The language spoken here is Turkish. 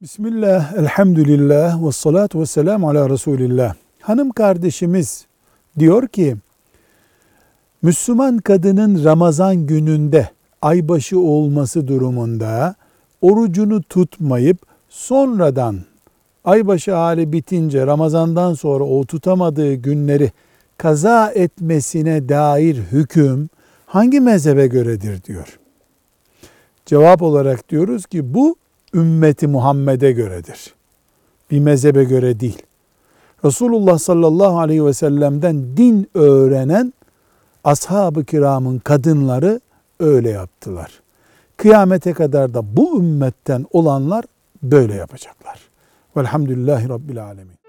Bismillah, elhamdülillah, ve salatu ve selamu ala Resulillah. Hanım kardeşimiz diyor ki, Müslüman kadının Ramazan gününde aybaşı olması durumunda orucunu tutmayıp sonradan aybaşı hali bitince Ramazandan sonra o tutamadığı günleri kaza etmesine dair hüküm hangi mezhebe göredir diyor. Cevap olarak diyoruz ki bu ümmeti Muhammed'e göredir. Bir mezhebe göre değil. Resulullah sallallahu aleyhi ve sellem'den din öğrenen ashab-ı kiramın kadınları öyle yaptılar. Kıyamete kadar da bu ümmetten olanlar böyle yapacaklar. Velhamdülillahi Rabbil alemin.